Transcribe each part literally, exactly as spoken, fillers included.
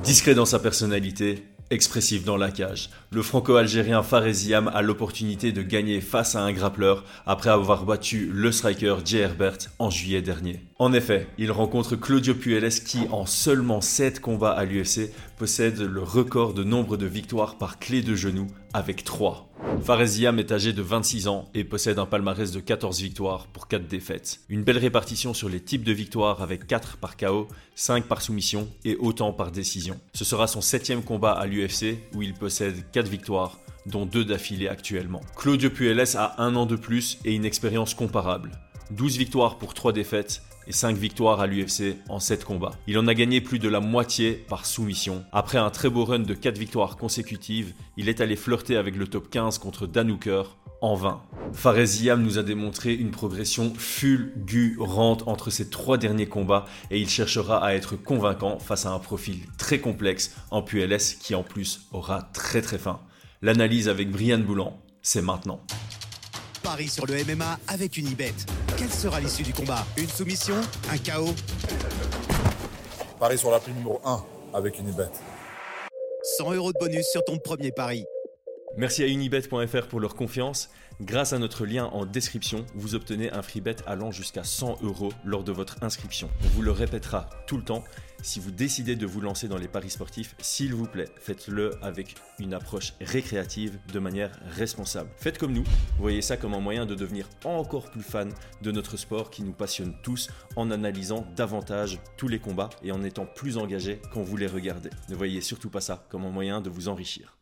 Discret dans sa personnalité, expressif dans la cage, le franco-algérien Fares Ziam a l'opportunité de gagner face à un grappleur après avoir battu le striker Jay Herbert en juillet dernier. En effet, il rencontre Claudio Puelles qui, en seulement sept combats à l'U F C, possède le record de nombre de victoires par clé de genou avec trois. Fares Ziam est âgé de vingt-six ans et possède un palmarès de quatorze victoires pour quatre défaites. Une belle répartition sur les types de victoires avec quatre par K O, cinq par soumission et autant par décision. Ce sera son septième combat à l'U F C où il possède quatre victoires, dont deux d'affilée actuellement. Claudio Puelles a un an de plus et une expérience comparable. douze victoires pour trois défaites et cinq victoires à l'U F C en sept combats. Il en a gagné plus de la moitié par soumission. Après un très beau run de quatre victoires consécutives, il est allé flirter avec le top quinze contre Dan Hooker en vain. Fares Ziam nous a démontré une progression fulgurante entre ses trois derniers combats et il cherchera à être convaincant face à un profil très complexe en Puelles qui en plus aura très très faim. L'analyse avec Brian Boulan, c'est maintenant. Paris sur le M M A avec Unibet. Quelle sera l'issue du combat? Une soumission? Un K O? Paris sur la prime numéro un avec Unibet. cent euros de bonus sur ton premier pari. Merci à unibet point f r pour leur confiance. Grâce à notre lien en description, vous obtenez un free bet allant jusqu'à cent euros lors de votre inscription. On vous le répétera tout le temps. Si vous décidez de vous lancer dans les paris sportifs, s'il vous plaît, faites-le avec une approche récréative de manière responsable. Faites comme nous, voyez ça comme un moyen de devenir encore plus fan de notre sport qui nous passionne tous en analysant davantage tous les combats et en étant plus engagé quand vous les regardez. Ne voyez surtout pas ça comme un moyen de vous enrichir.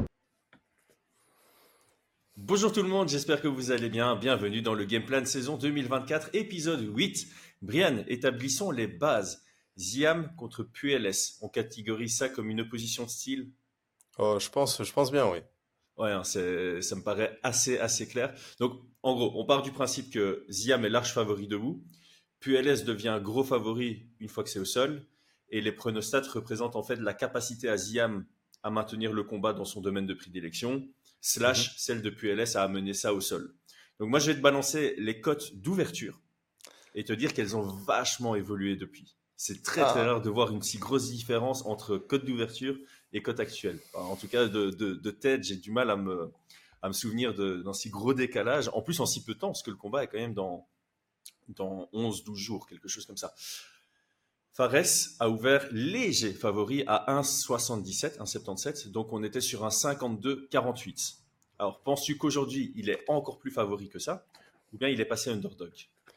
Bonjour tout le monde, j'espère que vous allez bien. Bienvenue dans le Game Plan saison deux mille vingt-quatre, épisode huit. Brian, établissons les bases. Ziam contre Puelles, on catégorise ça comme une opposition de style? Oh, je pense, je pense bien, oui. Ouais, hein, c'est, ça me paraît assez, assez clair. Donc, en gros, on part du principe que Ziam est large favori debout. Puelles devient gros favori une fois que c'est au sol. Et les pronostats représentent en fait la capacité à Ziam à maintenir le combat dans son domaine de prédilection, slash Mhm. celle de Puelles à amener ça au sol. Donc moi, je vais te balancer les cotes d'ouverture et te dire qu'elles ont vachement évolué depuis. C'est très très Ah, rare de voir une si grosse différence entre cote d'ouverture et cote actuelle. Enfin, en tout cas, de, de, de tête, j'ai du mal à me, à me souvenir de- d'un si gros décalage. En plus, en si peu de temps, parce que le combat est quand même dans, dans onze douze jours, quelque chose comme ça. Fares a ouvert léger favori à un virgule soixante-dix-sept, un virgule soixante-dix-sept, donc on était sur un cinquante-deux virgule quarante-huit. Alors, penses-tu qu'aujourd'hui, il est encore plus favori que ça, ou bien il est passé underdog?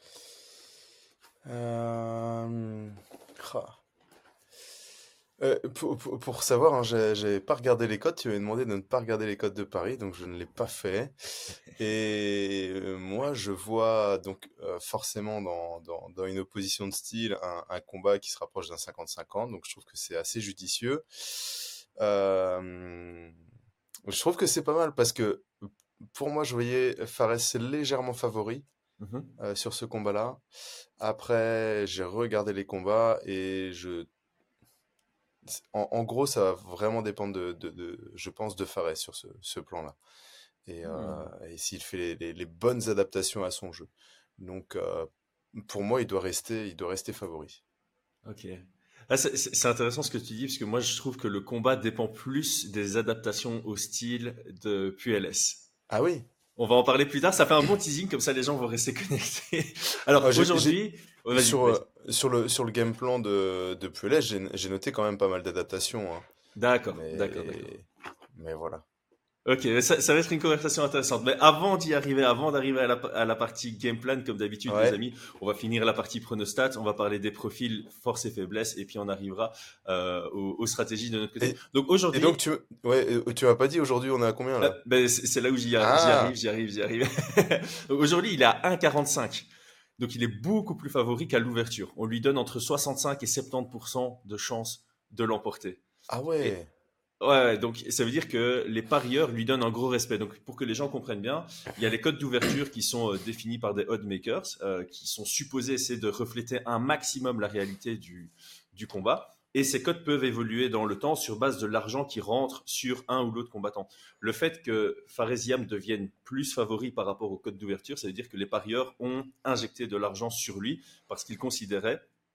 euh, ah. Euh, pour, pour- pour savoir, hein, j'ai j'ai pas regardé les codes. Tu m'avais demandé de ne pas regarder les codes de Paris, donc je ne l'ai pas fait. Et euh, moi, je vois donc euh, forcément dans, dans, dans une opposition de style un, un combat qui se rapproche d'un cinquante cinquante. Donc je trouve que c'est assez judicieux. Euh, je trouve que c'est pas mal parce que pour moi, je voyais Fares légèrement favori Mhm. euh, sur ce combat-là. Après, j'ai regardé les combats et je, en, en gros, ça va vraiment dépendre de, de, de- je pense, de Fares sur ce, ce plan-là. Et, euh, Hmm. et s'il fait les, les- les bonnes adaptations à son jeu. Donc, euh, pour moi, il doit rester, il doit rester favori. Ok. Ah, c'est c'est- c'est intéressant ce que tu dis, parce que moi je trouve que le combat dépend plus des adaptations au style de Puelles. Ah oui? On va en parler plus tard, ça fait un bon teasing, comme ça les gens vont rester connectés. Alors Ah, j'ai, j'ai- aujourd'hui, oh, vas-y, sur, vas-y. euh, sur le, sur le game plan de, de Puelles, j'ai, j'ai noté quand même pas mal d'adaptations, hein. D'accord, d'accord, d'accord. Mais, mais voilà. Ok, ça, ça va être une conversation intéressante. Mais avant d'y arriver, avant d'arriver à la, à la partie game plan, comme d'habitude, les Ouais. amis, on va finir la partie pronostat, on va parler des profils, forces et faiblesses, et puis on arrivera euh, aux, aux stratégies de notre côté. Et, Donc et donc, aujourd'hui, tu, ouais, euh, tu m'as pas dit aujourd'hui, on est à combien euh, là? ben, c'est c'est là où j'y ar- j'y arrive, Ah! j'y arrive, j'y arrive. Donc aujourd'hui, il est à un virgule quarante-cinq. Donc il est beaucoup plus favori qu'à l'ouverture. On lui donne entre soixante-cinq et soixante-dix pour cent de chances de l'emporter. Ah Et ouais! ouais, ouais, donc ça veut dire que les parieurs lui donnent un gros respect. Donc pour que les gens comprennent bien, il y a les codes d'ouverture qui sont euh, définis par des odd makers, euh, qui sont supposés essayer de refléter un maximum la réalité du, du combat. Et ces codes peuvent évoluer dans le temps sur base de l'argent qui rentre sur un ou l'autre combattant. Le fait que Fares Ziam devienne plus favori par rapport au code d'ouverture, ça veut dire que les parieurs ont injecté de l'argent sur lui parce qu'ils considéraient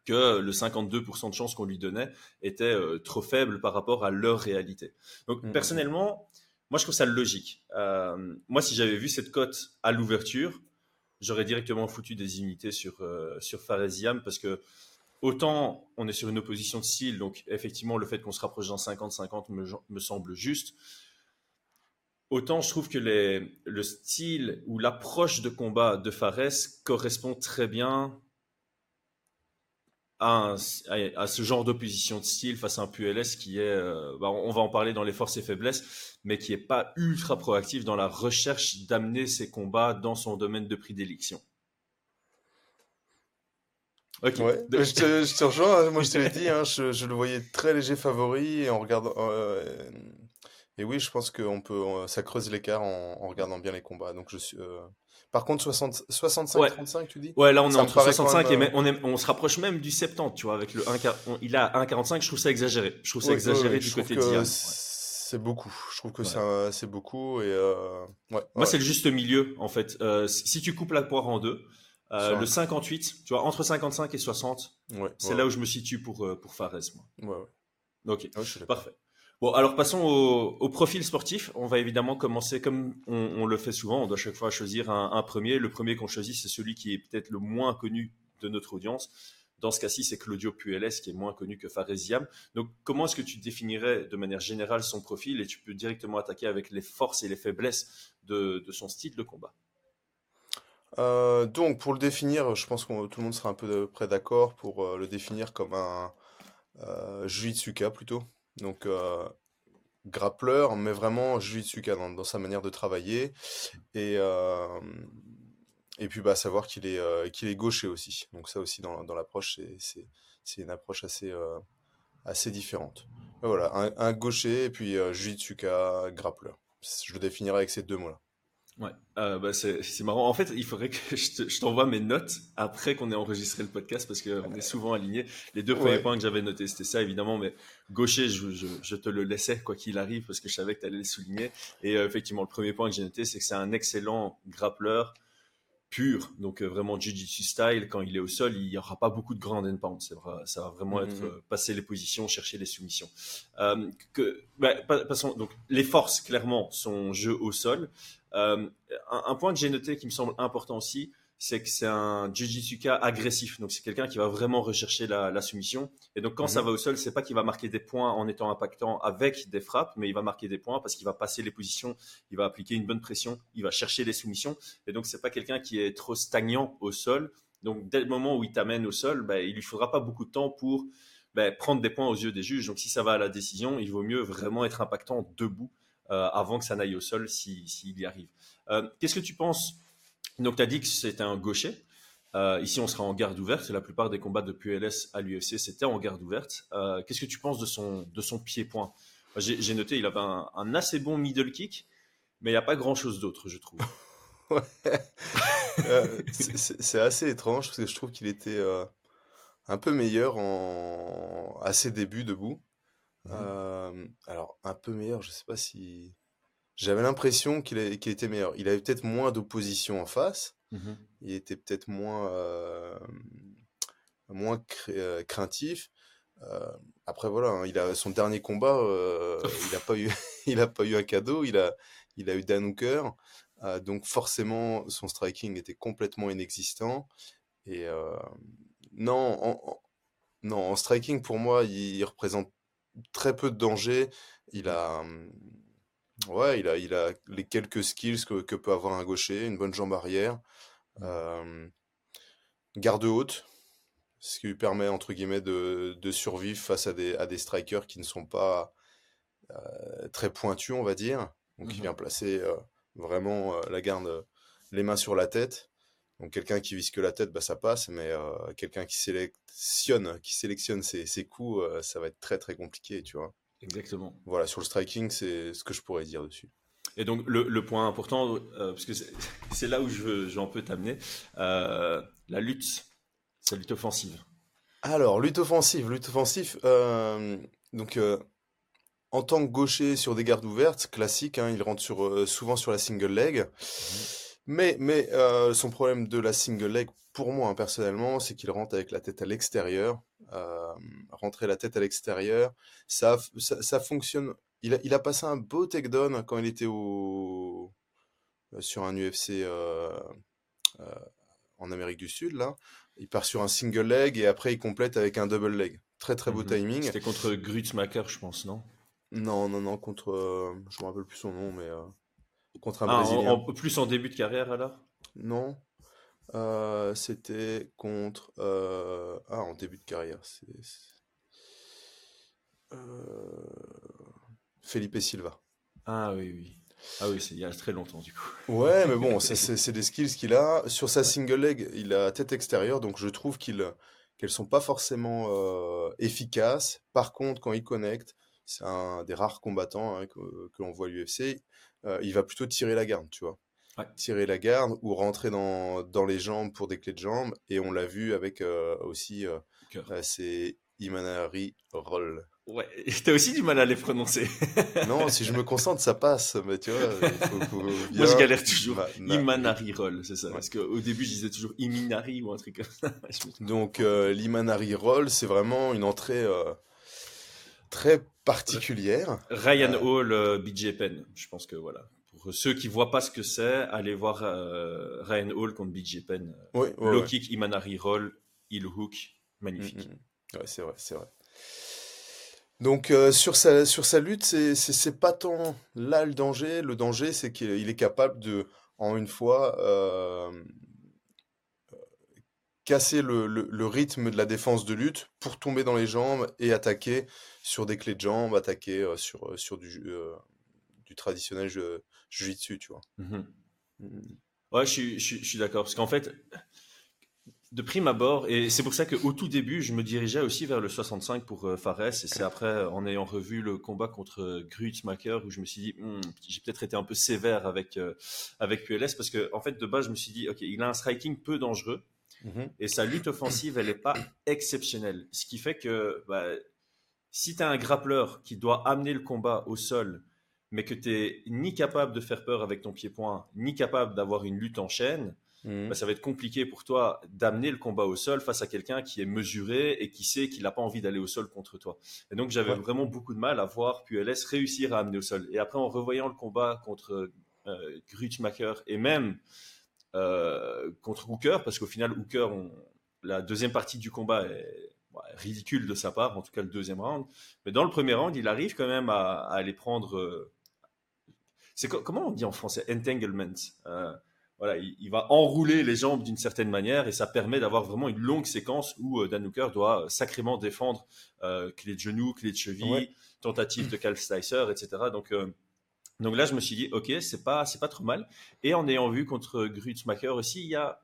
que le cinquante-deux pour cent de chances qu'on lui donnait était euh, trop faible par rapport à leur réalité. Donc Mhm. personnellement, moi je trouve ça logique. Euh, moi si j'avais vu cette cote à l'ouverture, j'aurais directement foutu des unités sur, euh, sur Faresiam parce que autant on est sur une opposition de style, donc effectivement le fait qu'on se rapproche d'un cinquante cinquante me, me semble juste. Autant je trouve que les, le style ou l'approche de combat de Fares correspond très bien à, un- à- à ce genre d'opposition de style face à un Puelles qui est, euh, bah, on va en parler dans les forces et faiblesses, mais qui est pas ultra proactif dans la recherche d'amener ses combats dans son domaine de prédilection. Ok. Ouais, De- je te, je te rejoins, hein. Moi je te l'ai dit, hein, je, je le voyais très léger favori et en regardant. euh, et oui, je pense que on peut, on- ça creuse l'écart en, en regardant bien les combats. Donc je suis. euh, Par contre, soixante, soixante-cinq Ouais. trente-cinq, tu dis? Ouais, là on est Ça me entre paraît quand même. soixante-cinq et euh, même- on, est- on se rapproche même du soixante-dix, tu vois, avec le un, on- il a un quarante-cinq, je trouve ça exagéré. Je trouve ça Oui, oui, exagéré oui, du je trouve côté que d'Iam. Ouais. c'est beaucoup. Je trouve que Ouais. c'est un- c'est beaucoup et euh, ouais, Moi, ouais, c'est le juste milieu, en fait. Euh, si si tu coupes la poire en deux, euh, sur le un. cinquante-huit, tu vois, entre cinquante-cinq et soixante, Ouais, c'est ouais, là où je me situe pour, euh, pour Fares, moi. ouais, ouais. Ok, Ouais, je suis d'accord. parfait. Bon, alors passons au, au profil sportif. On va évidemment commencer comme on, on le fait souvent. On doit chaque fois choisir un, un premier. Le premier qu'on choisit, c'est celui qui est peut-être le moins connu de notre audience. Dans ce cas-ci, c'est Claudio Puelles, qui est moins connu que Faresiam. Donc, comment est-ce que tu définirais de manière générale son profil et tu peux directement attaquer avec les forces et les faiblesses de, de son style de combat? Euh, donc, pour le définir, je pense que tout le monde sera un peu de près d'accord pour euh, le définir comme un euh, Jujitsuka plutôt. Donc, euh, grappleur, mais vraiment Jujitsuka dans, dans sa manière de travailler. Et, euh, et puis, bah, savoir qu'il est, euh, qu'il est gaucher aussi. Donc, ça aussi, dans, dans l'approche, c'est, c'est, c'est une approche assez, euh, assez différente. Mais voilà, un, un gaucher et puis euh, Jujitsuka, grappleur. Je le définirais avec ces deux mots-là. Ouais, euh, bah c'est c'est marrant. En fait, il faudrait que je te- je t'envoie mes notes après qu'on ait enregistré le podcast parce qu'on est souvent alignés. Les deux premiers Ouais. points que j'avais notés, c'était ça évidemment, mais gaucher, je, je, je te le laissais quoi qu'il arrive parce que je savais que tu allais le souligner. Et euh, effectivement, le premier point que j'ai noté, c'est que c'est un excellent grappleur pur, donc euh, vraiment Jiu-Jitsu style. Quand il est au sol, il n'y aura pas beaucoup de ground and pound. C'est vrai, ça va vraiment être Mhm. euh, passer les positions, chercher les soumissions. Euh, que, bah, pa- passons, donc les forces clairement sont jeu au sol. Euh, un, un point que j'ai noté qui me semble important aussi, c'est que c'est un Jiu-Jitsuka agressif. Donc c'est quelqu'un qui va vraiment rechercher la, la soumission. Et donc quand ça Mhm. va au sol, c'est pas qu'il va marquer des points en étant impactant avec des frappes, mais il va marquer des points parce qu'il va passer les positions, il va appliquer une bonne pression, il va chercher les soumissions. Et donc c'est pas quelqu'un qui est trop stagnant au sol. Donc dès le moment où il t'amène au sol, ben, il lui faudra pas beaucoup de temps pour ben, prendre des points aux yeux des juges. Donc si ça va à la décision, il vaut mieux vraiment être impactant debout euh, avant que ça n'aille au sol s'il si, s'il y arrive. Euh, Qu'est-ce que tu penses? Donc tu as dit que c'était un gaucher. Euh, ici, on sera en garde ouverte. La plupart des combats de Puelles à l'U F C, c'était en garde ouverte. Euh, Qu'est-ce que tu penses de son, de son pied-point? J'ai j'ai noté, il avait un, un assez bon middle kick, mais il n'y a pas grand-chose d'autre, je trouve. Ouais. Euh, c'est c'est- c'est assez étrange parce que je trouve qu'il était euh, un peu meilleur en... à ses débuts debout. Mhm. Euh, alors, un peu meilleur, je sais pas si. J'avais l'impression qu'il a- qu'il était meilleur. Il avait peut-être moins d'opposition en face. Mhm. Il était peut-être moins, euh, moins cr- euh, craintif. Euh, Après, voilà, hein, il a son dernier combat, euh, il a pas eu, il a pas eu un cadeau. Il a, il a eu Dan Hooker. Euh, donc forcément, son striking était complètement inexistant. Et euh, non, en, en- non, en striking, pour moi, il, il représente très peu de danger. Il Mhm. a, hum, ouais, il a, il a les quelques skills que, que peut avoir un gaucher, une bonne jambe arrière, Mhm. euh, garde haute, ce qui lui permet, entre guillemets, de, de survivre face à des, à des strikers qui ne sont pas euh, très pointus, on va dire. Donc il Mhm. vient placer euh, vraiment euh, la garde, euh, les mains sur la tête. Donc quelqu'un qui vise que la tête, bah, ça passe, mais euh, quelqu'un qui sélectionne, qui sélectionne ses, ses coups, euh, ça va être très très compliqué, tu vois. Exactement. Voilà, sur le striking, c'est ce que je pourrais dire dessus. Et donc le, le point important, euh, parce que c'est c'est là où je veux, j'en peux t'amener, euh, la lutte, c'est la lutte offensive. Alors, lutte offensive, lutte offensive. euh, donc, euh, en tant que gaucher sur des gardes ouvertes, classique, hein, il rentre sur, euh, souvent sur la single leg. Mhm. Mais, mais euh, son problème de la single leg, pour moi, hein, personnellement, c'est qu'il rentre avec la tête à l'extérieur. Euh, rentrer la tête à l'extérieur, ça, ça, ça fonctionne. Il a, il a passé un beau takedown quand il était au, sur un U F C euh, euh, en Amérique du Sud, là. Il part sur un single leg et après il complète avec un double leg. Très très beau Mhm. timing. C'était contre Grutzmacher, je pense, non? Non, non, non, contre. euh, je me rappelle plus son nom, mais euh, contre un Ah, en, Brésilien. en- plus en début de carrière alors? Non, euh, c'était contre. euh, Ah, en début de carrière. C'est. c'est- euh, Felipe Silva. Ah oui, oui. Ah oui, c'est il y a très longtemps du coup. Ouais, mais bon, ça c'est c'est des skills qu'il a. Sur sa single leg, il a tête extérieure, donc je trouve qu'il qu'elles sont pas forcément euh, efficaces. Par contre, quand il connecte, c'est un des rares combattants hein, que, que l'on voit à l'U F C. Euh, il va plutôt tirer la garde, tu vois. Ouais. Tirer la garde ou rentrer dans, dans les jambes pour des clés de jambes. Et on l'a vu avec euh, aussi euh, Cœur. euh, ses Imanari Roll. Ouais, t'as aussi du mal à les prononcer. Non, si je me concentre, ça passe, mais tu vois, il faut, faut bien. Moi, je galère toujours. Imanari. Imanari Roll, c'est ça. Ouais. Parce qu'au début, je disais toujours Iminari ou un truc comme ça. Je me- Donc, euh, l'Imanari Roll, c'est vraiment une entrée euh, très particulière. Ryan Euh, Hall, euh, B J Penn. Je pense que voilà. Pour ceux qui voient pas ce que c'est, allez voir euh, Ryan Hall contre B J Penn. oui, ouais, Low ouais. kick, Imanari Roll, heel hook, Mm, magnifique. mm. Ouais, c'est vrai, c'est vrai. Donc, euh, sur sa, sur sa lutte, c'est, c'est, c'est pas tant là le danger. Le danger, c'est qu'il est capable de, en une fois, euh, casser le, le- le rythme de la défense de lutte pour tomber dans les jambes et attaquer sur des clés de jambes, attaquer euh, sur, euh, sur du, ju- euh, du traditionnel ju- jiu-jitsu, tu vois. Mhm. Mm. Ouais, je suis, je suis, je suis d'accord. Parce qu'en fait, de prime abord, et c'est pour ça qu'au tout début, je me dirigeais aussi vers le soixante-cinq pour euh, Fares, et c'est après, en ayant revu le combat contre euh, Gruetzmacher, où je me suis dit, Hmm, j'ai peut-être été un peu sévère avec, euh, avec Q L S, parce que en fait, de base, je me suis dit, ok, il a un striking peu dangereux, Mhm. et sa lutte offensive, elle n'est pas exceptionnelle. Ce qui fait que bah, si tu as un grappleur qui doit amener le combat au sol, mais que tu n'es ni capable de faire peur avec ton pied-point, ni capable d'avoir une lutte en chaîne, bah, Mhm. ça va être compliqué pour toi d'amener le combat au sol face à quelqu'un qui est mesuré et qui sait qu'il n'a pas envie d'aller au sol contre toi. Et donc j'avais Ouais. vraiment beaucoup de mal à voir Q L S réussir à amener au sol. Et après, en revoyant le combat contre euh, Gruetzmacher et même euh, contre Hooker, parce qu'au final, Hooker, on- la deuxième partie du combat est ouais, ridicule de sa part, en tout cas le deuxième round. Mais dans le premier round, il arrive quand même à, à aller prendre. euh, c'est co- comment on dit en français? Entanglement. Euh, voilà, il, il va enrouler les jambes d'une certaine manière et ça permet d'avoir vraiment une longue séquence où euh, Dan Hooker doit euh, sacrément défendre euh, clé de genou, clé de cheville, Ouais. tentative de calf slicer, et cetera. Donc, euh, donc là, je me suis dit, ok, c'est pas, c'est pas trop mal. Et en ayant vu contre Gruetzmacher aussi, il y a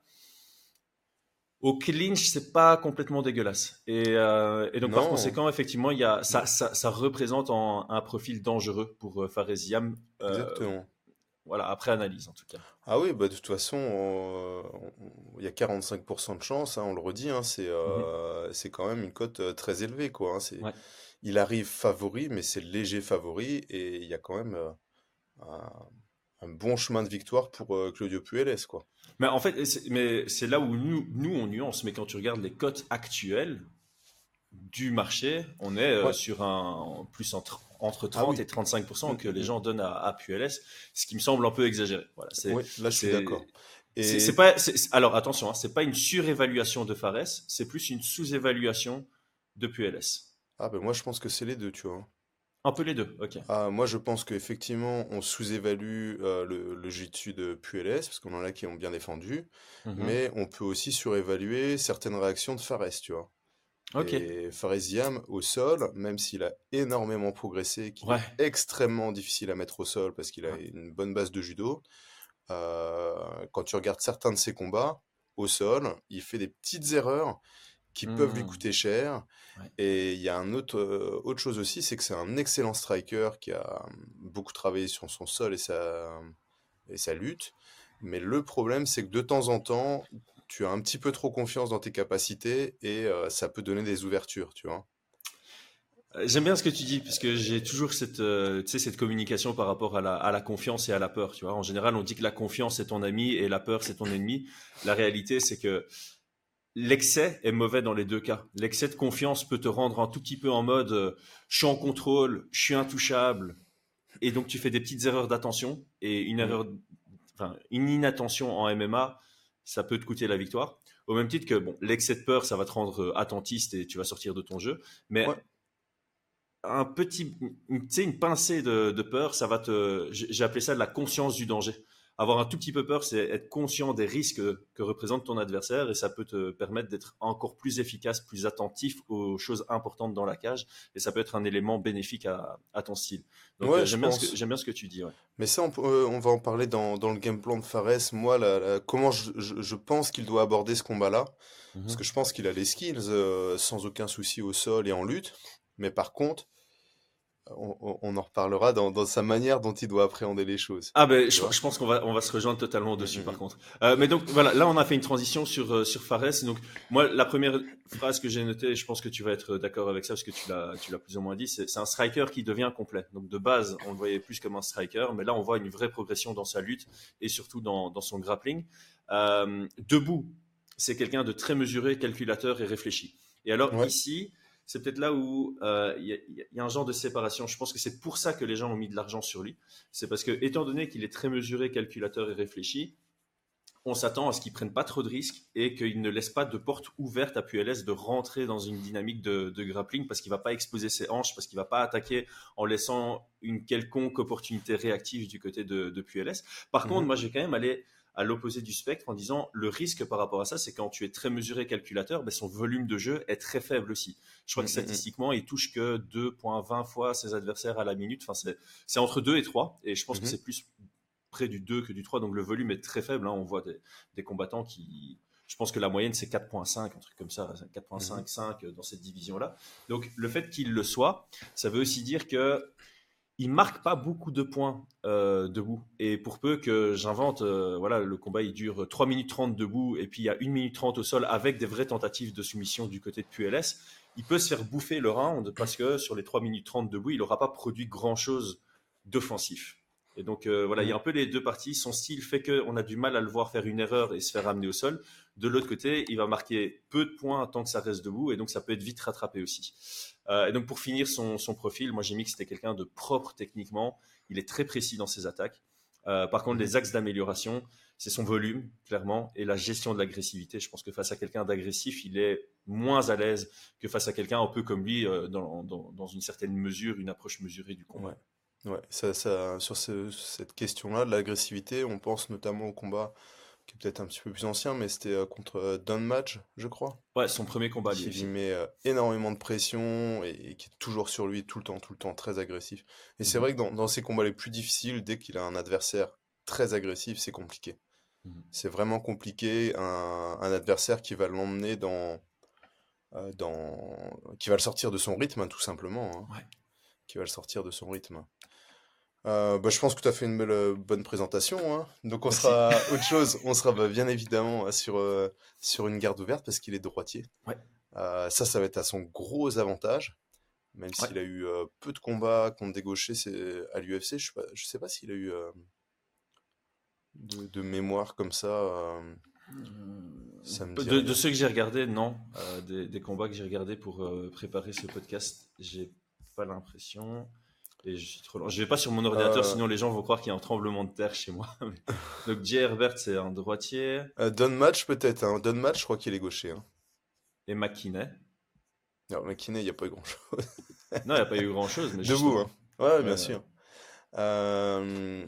au clinch, c'est pas complètement dégueulasse. Et, euh, et donc par Non, conséquent, effectivement, il y a, ça, ça, ça représente en- un profil dangereux pour euh, Faresiam. Euh, exactement. voilà, après analyse en tout cas. Ah oui, bah de toute façon, euh, on- il y a quarante-cinq pour cent de chance, hein, on le redit, hein, c'est Mhm. euh, c'est quand même une cote euh, très élevée, quoi. Hein, c'est, Ouais. il arrive favori, mais c'est léger favori, et il y a quand même euh, un, un bon chemin de victoire pour euh, Claudio Puelles, quoi. Mais en fait, c'est, mais c'est là où nous, nous, on nuance. Mais quand tu regardes les cotes actuelles du marché, on est euh, Ouais. sur un plus entre, entre Ah trente oui. et trente-cinq pour cent Mm, que mm, les mm. gens donnent à, à Puelles, ce qui me semble un peu exagéré. Voilà, c'est, Oui, là je suis c'est, d'accord. c'est, c'est Et pas, c'est- c'est- alors attention, hein, c'est pas une surévaluation de Fares, c'est plus une sous-évaluation de Puelles. ah ben moi je pense que c'est les deux, tu vois. Un peu les deux, ok. Ah, moi je pense qu'effectivement on sous-évalue euh, le, le jiu-jitsu de Puelles, parce qu'on en a qui ont bien défendu, Mhm. mais on peut aussi surévaluer certaines réactions de Fares, tu vois. Ok, Et Faresiam au sol, même s'il a énormément progressé, qu'il ouais, est extrêmement difficile à mettre au sol parce qu'il a ouais. une bonne base de judo, euh, quand tu regardes certains de ses combats au sol, il fait des petites erreurs qui peuvent lui Hmm, coûter cher. ouais. Et il y a un autre, euh, autre chose aussi, c'est que c'est un excellent striker qui a beaucoup travaillé sur son sol et sa, et sa lutte. Mais le problème, c'est que de temps en temps, tu as un petit peu trop confiance dans tes capacités et euh, ça peut donner des ouvertures, tu vois. Euh, J'aime bien ce que tu dis, parce que j'ai toujours cette, euh, tu sais, cette communication par rapport à la, à la confiance et à la peur. Tu vois, en général, on dit que la confiance est ton ami et la peur c'est ton ennemi. La réalité, c'est que l'excès est mauvais dans les deux cas. L'excès de confiance peut te rendre un tout petit peu en mode euh, je suis en contrôle, je suis intouchable, et donc tu fais des petites erreurs d'attention, et une Mm. erreur, enfin une inattention en M M A, ça peut te coûter la victoire. Au même titre que bon, l'excès de peur, ça va te rendre euh, attentiste et tu vas sortir de ton jeu, mais Ouais. un petit, tu sais, une pincée de, de peur, ça va te, j'ai j'ai appelé ça de la conscience du danger. Avoir un tout petit peu peur, c'est être conscient des risques que représente ton adversaire et ça peut te permettre d'être encore plus efficace, plus attentif aux choses importantes dans la cage et ça peut être un élément bénéfique à, à ton style. Donc euh, Ouais, je j'aime bien ce que pense. j'aime bien ce que tu dis. Ouais. Mais ça, on, peut- euh, on va en parler dans, dans le game plan de Fares. Moi, la- la- comment je, je- je pense qu'il doit aborder ce combat-là. Parce Mhm. que je pense qu'il a les skills euh, sans aucun souci au sol et en lutte. Mais par contre, on, on- on en reparlera dans, dans sa manière dont il doit appréhender les choses. Ah ben, Tu je, vois? je pense qu'on va, on va se rejoindre totalement Mm, dessus mm, par mm. contre. Euh, mais donc voilà, là on a fait une transition sur, euh, sur Fares. Donc moi, la première phrase que j'ai notée, et je pense que tu vas être d'accord avec ça parce que tu l'as, tu l'as plus ou moins dit, c'est, c'est un striker qui devient complet. Donc de base, on le voyait plus comme un striker, mais là on voit une vraie progression dans sa lutte et surtout dans, dans son grappling. Euh, debout, c'est quelqu'un de très mesuré, calculateur et réfléchi. Et alors Ouais. ici, c'est peut-être là où euh, il y, a- il y a un genre de séparation. Je pense que c'est pour ça que les gens ont mis de l'argent sur lui. C'est parce que, étant donné qu'il est très mesuré, calculateur et réfléchi, on s'attend à ce qu'il prenne pas trop de risques et qu'il ne laisse pas de porte ouverte à Q L S de rentrer dans une dynamique de, de grappling parce qu'il va pas exposer ses hanches, parce qu'il va pas attaquer en laissant une quelconque opportunité réactive du côté de, de Q L S. Par contre, Mhm. moi, j'ai quand même allé à l'opposé du spectre en disant le risque par rapport à ça, c'est quand tu es très mesuré calculateur, ben son volume de jeu est très faible aussi. Je crois Mm, que mm, mm. statistiquement, il touche que deux virgule vingt fois ses adversaires à la minute. Enfin, c'est, c'est entre deux et trois. Et je pense que Mhm. c'est plus près du deux que du trois. Donc le volume est très faible. Hein. On voit des, des combattants qui. Je pense que la moyenne, c'est quatre virgule cinq, un truc comme ça, quatre virgule cinq, Mhm. cinq dans cette division-là. Donc le fait qu'il le soit, ça veut aussi dire que il marque pas beaucoup de points euh, debout. Et pour peu que j'invente, euh, voilà, le combat il dure trois minutes trente debout et puis il y a une minute trente au sol avec des vraies tentatives de soumission du côté de Q L S, il peut se faire bouffer le round parce que sur les trois minutes trente debout, il n'aura pas produit grand chose d'offensif. Et donc euh, voilà, il y a Mhm. un peu les deux parties. Son style fait qu'on a du mal à le voir faire une erreur et se faire ramener au sol. De l'autre côté, il va marquer peu de points tant que ça reste debout et donc ça peut être vite rattrapé aussi. Euh, et donc pour finir son, son profil, moi j'ai mis que c'était quelqu'un de propre techniquement. Il est très précis dans ses attaques. Euh, par contre, Mhm. les axes d'amélioration, c'est son volume, clairement, et la gestion de l'agressivité. Je pense que face à quelqu'un d'agressif, il est moins à l'aise que face à quelqu'un un peu comme lui, euh, dans, dans, dans une certaine mesure, une approche mesurée du combat. Ouais. Ouais. Ça, ça, sur ce- cette question-là de l'agressivité, on pense notamment au combat qui est peut-être un petit peu plus ancien, mais c'était euh, contre euh, Don Madge, je crois, Ouais, son premier combat à qui lui l'U F C. met euh, énormément de pression et, et qui est toujours sur lui tout le temps, tout le temps, très agressif. Et c'est Mhm, vrai que dans, dans ces combats les plus difficiles, dès qu'il a un adversaire très agressif, c'est compliqué. mhm. C'est vraiment compliqué, un, un adversaire qui va l'emmener dans, euh, dans, qui va le sortir de son rythme, hein, tout simplement, hein, Ouais. qui va le sortir de son rythme. Euh, bah, je pense que tu as fait une belle, euh, bonne présentation, hein. Donc on Merci. sera autre chose, on sera bah, bien évidemment euh, sur, euh, sur une garde ouverte parce qu'il est droitier. Ouais, Euh, ça, ça va être à son gros avantage, même ouais. s'il a eu euh, peu de combats contre des gauchers c'est, à l'U F C. Je sais pas, je sais pas s'il a eu euh, de, de mémoire comme ça. euh, ça me dit De, de rien. ceux que j'ai regardés, non. Euh, des, des combats que j'ai regardés pour euh, préparer ce podcast, j'ai pas l'impression. Et je suis trop lent. Je vais pas sur mon ordinateur, Euh, sinon les gens vont croire qu'il y a un tremblement de terre chez moi. Donc Jay Herbert, c'est un droitier. euh, Don Match peut-être, hein. Don Match, je crois qu'il est gaucher, hein. Et McKinney. Alors, McKinney, il n'y a pas eu grand-chose. Non, il n'y a pas eu grand-chose, mais Debout, justement. hein. Ouais, bien Euh, sûr. Euh,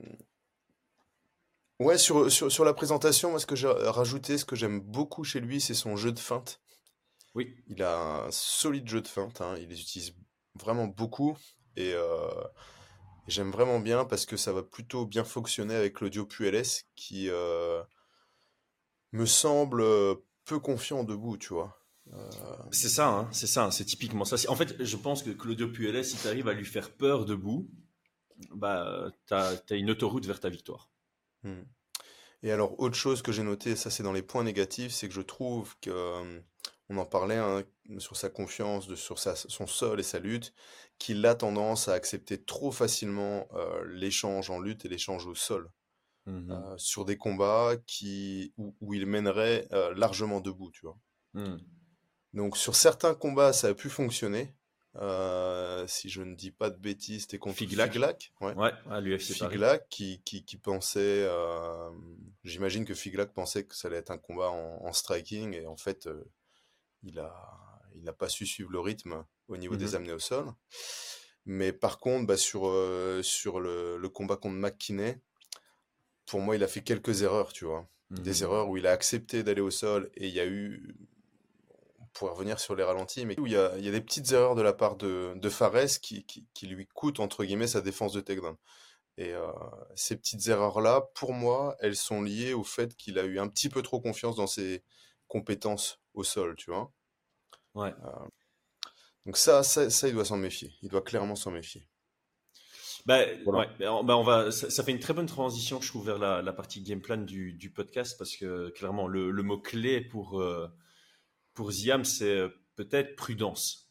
Ouais, sur, sur, sur la présentation, moi, ce que j'ai rajouté, ce que j'aime beaucoup chez lui, c'est son jeu de feinte. oui. Il a un solide jeu de feinte, hein. Il les utilise vraiment beaucoup. Et euh, j'aime vraiment bien parce que ça va plutôt bien fonctionner avec l'audio Q L S qui euh, me semble euh, peu confiant debout, tu vois. Euh, C'est ça, hein, c'est ça, c'est typiquement ça. C'est- En fait, je pense que Claudio Puelles, si tu arrives à lui faire peur debout, bah, t'as, t'as une autoroute vers ta victoire. hmm. Et alors, autre chose que j'ai noté, ça c'est dans les points négatifs, c'est que je trouve que, euh, on en parlait hein, sur sa confiance, de, sur sa, son sol et sa lutte, qu'il a tendance à accepter trop facilement euh, l'échange en lutte et l'échange au sol. Mhm. euh, sur des combats qui, où, où il mènerait euh, largement debout, tu vois. Mhm. Donc sur certains combats, ça a pu fonctionner. Euh, si je ne dis pas de bêtises, c'était contre Figlac. Figlac, ouais. Ouais, à l'U F C Paris. Figlac qui, qui, qui pensait, euh, j'imagine que Figlac pensait que ça allait être un combat en, en striking et en fait, euh, il a, il n'a pas su suivre le rythme au niveau des Mhm. amenés au sol. Mais par contre, bah, sur, euh, sur le, le combat contre McKinney, pour moi, il a fait quelques erreurs, tu vois. Des Mhm. erreurs où il a accepté d'aller au sol et il y a eu, on pourrait revenir sur les ralentis, mais où il y a, il y a des petites erreurs de la part de, de Fares qui, qui, qui lui coûtent, entre guillemets, sa défense de takedown. Et euh, ces petites erreurs-là, pour moi, elles sont liées au fait qu'il a eu un petit peu trop confiance dans ses compétences au sol, tu vois. Ouais. Euh, donc ça, ça, ça, il doit s'en méfier. Il doit clairement s'en méfier. Bah, Voilà. ouais, bah, on, bah, on va, ça, ça fait une très bonne transition, je trouve, vers la, la partie game plan du, du podcast parce que clairement, le, le mot-clé pour, euh, pour Ziam, c'est euh, peut-être prudence.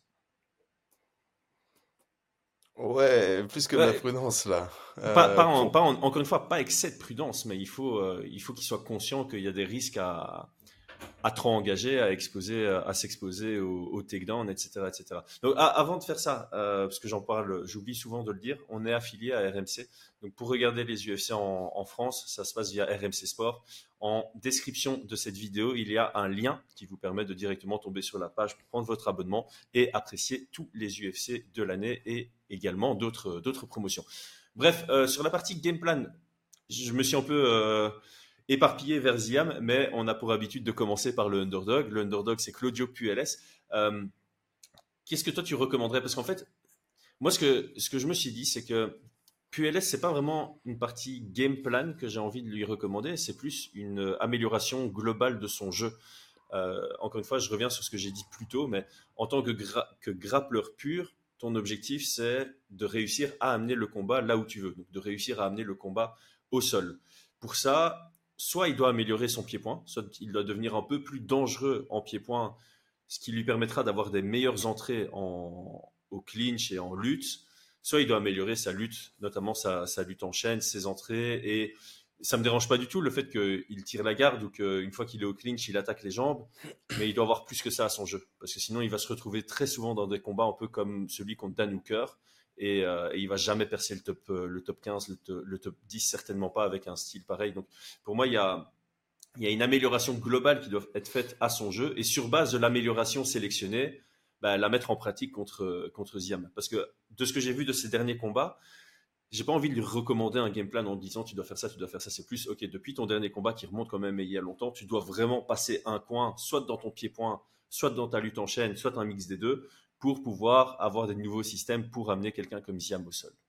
Ouais, plus que de la Ouais, prudence, là. pas, Euh, pas, en- pour... pas en- encore une fois, pas excès de prudence, mais il faut, euh, il faut qu'il soit conscient qu'il y a des risques à, à trop engager, à exposer, à s'exposer au, au takedown, et cetera, et cetera. Donc, a- avant de faire ça, euh, parce que j'en parle, j'oublie souvent de le dire, on est affilié à R M C. Donc, pour regarder les U F C en, en France, ça se passe via R M C Sport. En description de cette vidéo, il y a un lien qui vous permet de directement tomber sur la page pour prendre votre abonnement et apprécier tous les U F C de l'année et également d'autres d'autres promotions. Bref, euh, sur la partie game plan, je me suis un peu euh, éparpillé vers Ziam, mais on a pour habitude de commencer par le underdog. Le underdog, c'est Claudio Puelles. Euh, Qu'est-ce que toi tu recommanderais? Parce qu'en fait, moi, ce que, ce que je me suis dit, c'est que Puelles, c'est pas vraiment une partie game plan que j'ai envie de lui recommander, c'est plus une amélioration globale de son jeu. Euh, encore une fois, je reviens sur ce que j'ai dit plus tôt, mais en tant que, gra que grappleur pur, ton objectif, c'est de réussir à amener le combat là où tu veux, donc de réussir à amener le combat au sol. Pour ça, soit il doit améliorer son pied-point, soit il doit devenir un peu plus dangereux en pied-point, ce qui lui permettra d'avoir des meilleures entrées en, au clinch et en lutte, soit il doit améliorer sa lutte, notamment sa, sa lutte en chaîne, ses entrées, et ça me dérange pas du tout le fait qu'il tire la garde ou qu'une fois qu'il est au clinch, il attaque les jambes, mais il doit avoir plus que ça à son jeu, parce que sinon il va se retrouver très souvent dans des combats un peu comme celui contre Dan Hooker, et, euh, et il va jamais percer le top, euh, le top quinze, le, le top dix, certainement pas avec un style pareil. Donc pour moi, il y a, il y a une amélioration globale qui doit être faite à son jeu, et sur base de l'amélioration sélectionnée, bah, la mettre en pratique contre, contre Ziam. Parce que de ce que j'ai vu de ses derniers combats, j'ai pas envie de lui recommander un game plan en disant tu dois faire ça, tu dois faire ça. C'est plus, ok, depuis ton dernier combat qui remonte quand même il y a longtemps, tu dois vraiment passer un coin, soit dans ton pied-point, soit dans ta lutte en chaîne, soit un mix des deux, pour pouvoir avoir des nouveaux systèmes pour amener quelqu'un comme Ziam au sol.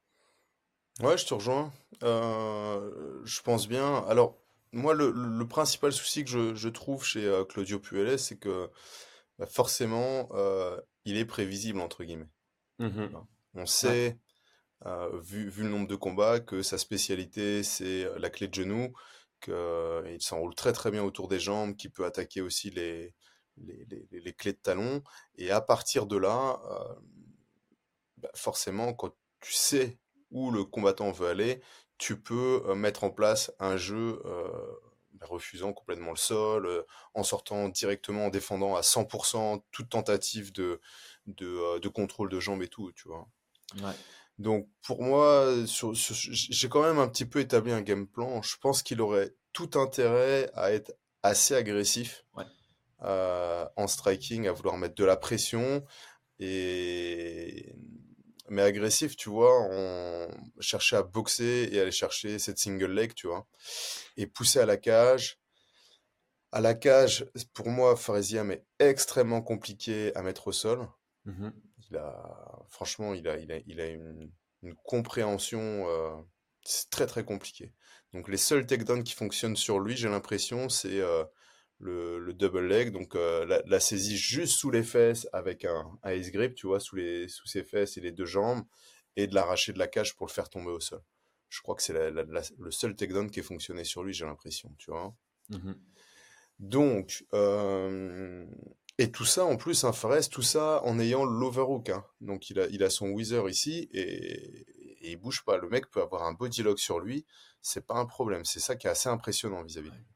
Ouais, je te rejoins. Euh, je pense bien. Alors, moi, le, le- le principal souci que je, je trouve chez euh, Claudio Puelles, c'est que bah, forcément, euh, il est prévisible, entre guillemets. Mhm. Voilà. On Ouais. sait, euh, vu, vu le nombre de combats, que sa spécialité, c'est euh, la clé de genou, qu'il s'enroule très très bien autour des jambes, qu'il peut attaquer aussi les, les, les- les- les clés de talon. Et à partir de là, euh, bah, forcément, quand tu sais où le combattant veut aller, tu peux euh, mettre en place un jeu euh, bah, refusant complètement le sol, euh, en sortant directement, en défendant à cent pour cent toute tentative de, de, euh, de contrôle de jambes et tout, tu vois. Ouais. Donc pour moi, sur- sur- j'ai quand même un petit peu établi un game plan. Je pense qu'il aurait tout intérêt à être assez agressif Ouais. euh, en striking, à vouloir mettre de la pression et mais agressif, tu vois, on cherchait à boxer et aller chercher cette single leg, tu vois, et pousser à la cage. À la cage, pour moi, Faresiam est extrêmement compliqué à mettre au sol. Mhm. Il a, franchement, il a, il a, il a une, une compréhension, euh, c'est très très compliqué. Donc les seuls takedowns qui fonctionnent sur lui, j'ai l'impression, c'est euh, le, le double leg, donc euh, la, la saisie juste sous les fesses avec un, un ace grip, tu vois, sous les, sous ses fesses et les deux jambes, et de l'arracher de la cage pour le faire tomber au sol. Je crois que c'est la- la- la- le seul takedown qui a fonctionné sur lui, j'ai l'impression, tu vois. Mhm. Donc, euh, et tout ça en plus, un Fares, tout ça en ayant l'overhook, hein. Donc il a, il a son Wither ici, et, et il bouge pas. Le mec peut avoir un body lock sur lui, c'est pas un problème. C'est ça qui est assez impressionnant vis-à-vis de lui.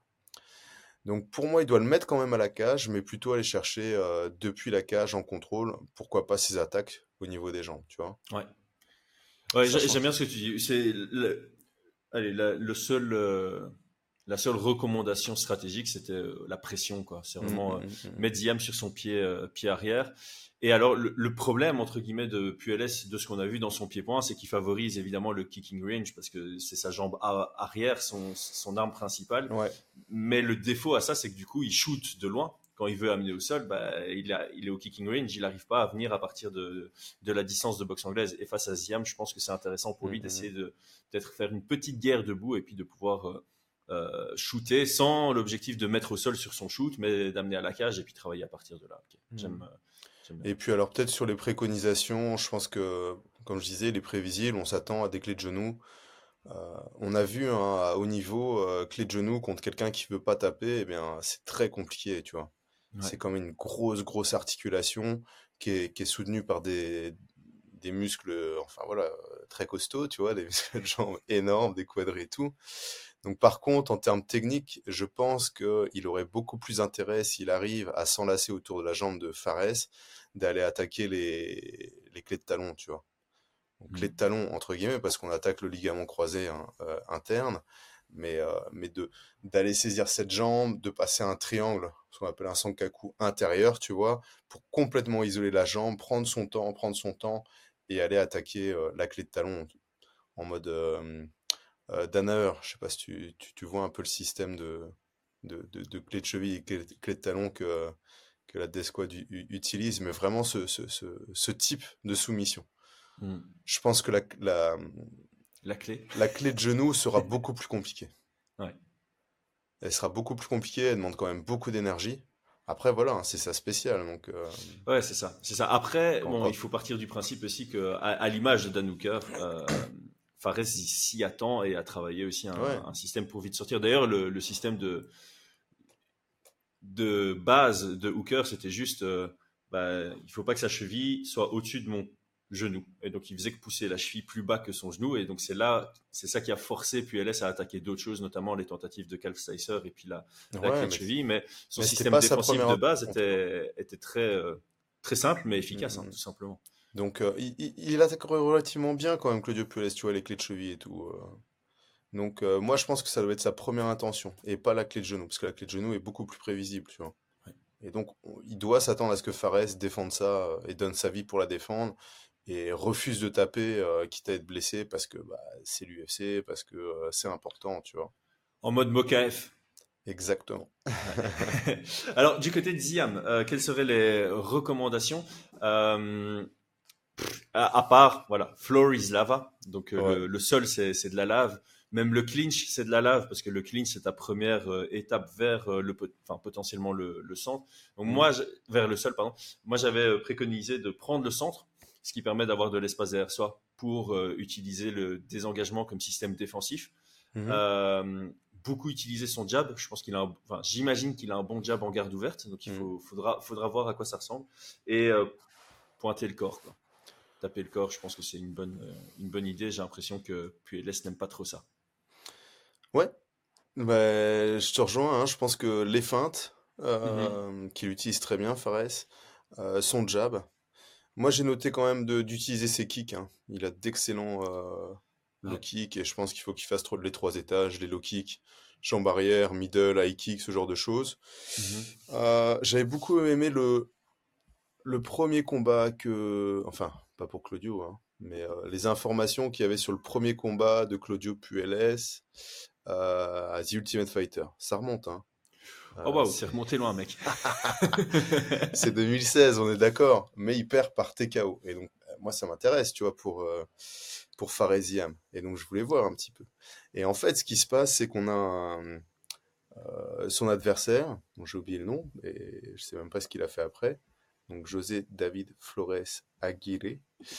Donc pour moi, il doit le mettre quand même à la cage, mais plutôt aller chercher euh, depuis la cage en contrôle, pourquoi pas ses attaques au niveau des jambes, tu vois. Ouais. Ouais, Ça j'ai- change. j'aime bien ce que tu dis. C'est le, allez, la, le seul, euh, la seule recommandation stratégique, c'était euh, la pression, quoi. C'est Mm, vraiment euh, mm, mm, mm. mettre Ziam sur son pied, euh, pied arrière. Et alors, le, le problème, entre guillemets, de P L S, de ce qu'on a vu dans son pied-point, c'est qu'il favorise évidemment le kicking range parce que c'est sa jambe a- arrière, son, son arme principale. Ouais. Mais le défaut à ça, c'est que du coup, il shoot de loin. Quand il veut amener au sol, bah, il, a, il est au kicking range, il n'arrive pas à venir à partir de, de la distance de boxe anglaise. Et face à Ziam, je pense que c'est intéressant pour Mm, lui mm, d'essayer de peut-être faire une petite guerre debout et puis de pouvoir euh, euh, shooter sans l'objectif de mettre au sol sur son shoot, mais d'amener à la cage et puis travailler à partir de là. Ok. mm. J'aime, euh, j'aime bien. Et puis alors peut-être sur les préconisations, je pense que, comme je disais, les prévisibles, on s'attend à des clés de genoux. Euh, on a vu hein, à haut niveau, euh, clé de genou contre quelqu'un qui veut pas taper, eh bien c'est très compliqué, tu vois. Ouais. C'est comme une grosse, grosse articulation qui est, qui est soutenue par des, des muscles, enfin voilà, euh, très costauds, tu vois, des muscles de jambes énormes, des quadris et tout. Donc par contre, en termes techniques, je pense qu'il aurait beaucoup plus intérêt s'il arrive à s'enlacer autour de la jambe de Fares, d'aller attaquer les, les clés de talon, tu vois. Donc, clé de Mm. talon entre guillemets parce qu'on attaque le ligament croisé hein, euh, interne, mais, euh, mais de d'aller saisir cette jambe, de passer un triangle, ce qu'on appelle un sankaku intérieur, tu vois, pour complètement isoler la jambe, prendre son temps, prendre son temps et aller attaquer euh, la clé de talon en mode euh, euh, Danaher. Je sais pas si tu, tu, tu vois un peu le système de, de, de, de clé de cheville et clé, clé de talon que, que la Death Squad u- u- utilise, mais vraiment ce, ce, ce, ce type de soumission. Mm. Je pense que la, la, La clé. la clé de genou sera beaucoup plus compliquée. Ouais. Elle sera beaucoup plus compliquée, elle demande quand même beaucoup d'énergie. Après, voilà, hein, c'est ça spécial, donc euh, Ouais, c'est ça, c'est ça. Après, quand bon, il pas. faut partir du principe aussi que, à, à l'image de Dan Hooker, euh, Fares y- s'y attend et a travaillé aussi un, Ouais, un système pour vite sortir. D'ailleurs, le, le système de, de base de Hooker, c'était juste, euh, bah, il faut pas que sa cheville soit au-dessus de mon genou. Et donc, il faisait que pousser la cheville plus bas que son genou. Et donc, c'est là, c'est ça qui a forcé P L S à attaquer d'autres choses, notamment les tentatives de Calf Slicer et puis la, la ouais, clé de mais, cheville. Mais son mais c'était système pas sa défensif première de attaque base contre, quoi. était, était très, euh, très simple, mais Mm, efficace, hein, mm. tout simplement. Donc, euh, il, il, il attaque relativement bien quand même, Claudio Puelles, tu vois, les clés de cheville et tout. euh. Donc, euh, moi, je pense que ça doit être sa première intention, et pas la clé de genou, parce que la clé de genou est beaucoup plus prévisible, tu vois. Ouais. Et donc, on- il doit s'attendre à ce que Fares défende ça euh, et donne sa vie pour la défendre et refuse de taper, euh, quitte à être blessé parce que bah, c'est l'U F C, parce que euh, c'est important, tu vois. En mode Mokaef. Exactement. Ouais. Alors, du côté de Ziam, euh, quelles seraient les recommandations euh, à, à part, voilà, floor is lava, donc euh, Ouais. le, le sol c'est c'est de la lave, même le clinch c'est de la lave parce que le clinch c'est ta première euh, étape vers euh, le, pot- enfin potentiellement le, le centre. Donc Mm. moi, je- vers le sol, pardon. Moi j'avais euh, préconisé de prendre le centre, ce qui permet d'avoir de l'espace derrière soi pour euh, utiliser le désengagement comme système défensif. Mhm. Euh, Beaucoup utiliser son jab. Je pense qu'il a, un- enfin, j'imagine qu'il a un bon jab en garde ouverte, donc il Mm. faut, faudra, faudra voir à quoi ça ressemble et euh, pointer le corps, quoi. Taper le corps, je pense que c'est une bonne, euh, une bonne idée. J'ai l'impression que P L S n'aime pas trop ça. Ouais, bah, je te rejoins, hein, je pense que les feintes, Mhm. euh, qu'il utilise très bien, Fares, euh, son jab. Moi, j'ai noté quand même de- d'utiliser ses kicks, hein. Il a d'excellents euh, low Ouais. kicks et je pense qu'il faut qu'il fasse trop les trois étages, les low kicks, jambe arrière, middle, high kick, ce genre de choses. Mhm. Euh, j'avais beaucoup aimé le, le premier combat que... Enfin, pas pour Claudio, hein, mais euh, les informations qu'il y avait sur le premier combat de Claudio Puelles euh, à The Ultimate Fighter. Ça remonte, hein. Oh Euh, waouh, t'es c'est remonté loin, mec. c'est deux mille seize, on est d'accord, mais il perd par T K O. Et donc, euh, moi, ça m'intéresse, tu vois, pour, euh, pour Faresiam. Et donc, je voulais voir un petit peu. Et en fait, ce qui se passe, c'est qu'on a un, euh, son adversaire, dont j'ai oublié le nom, et je sais même pas ce qu'il a fait après, donc José David Flores Aguirre.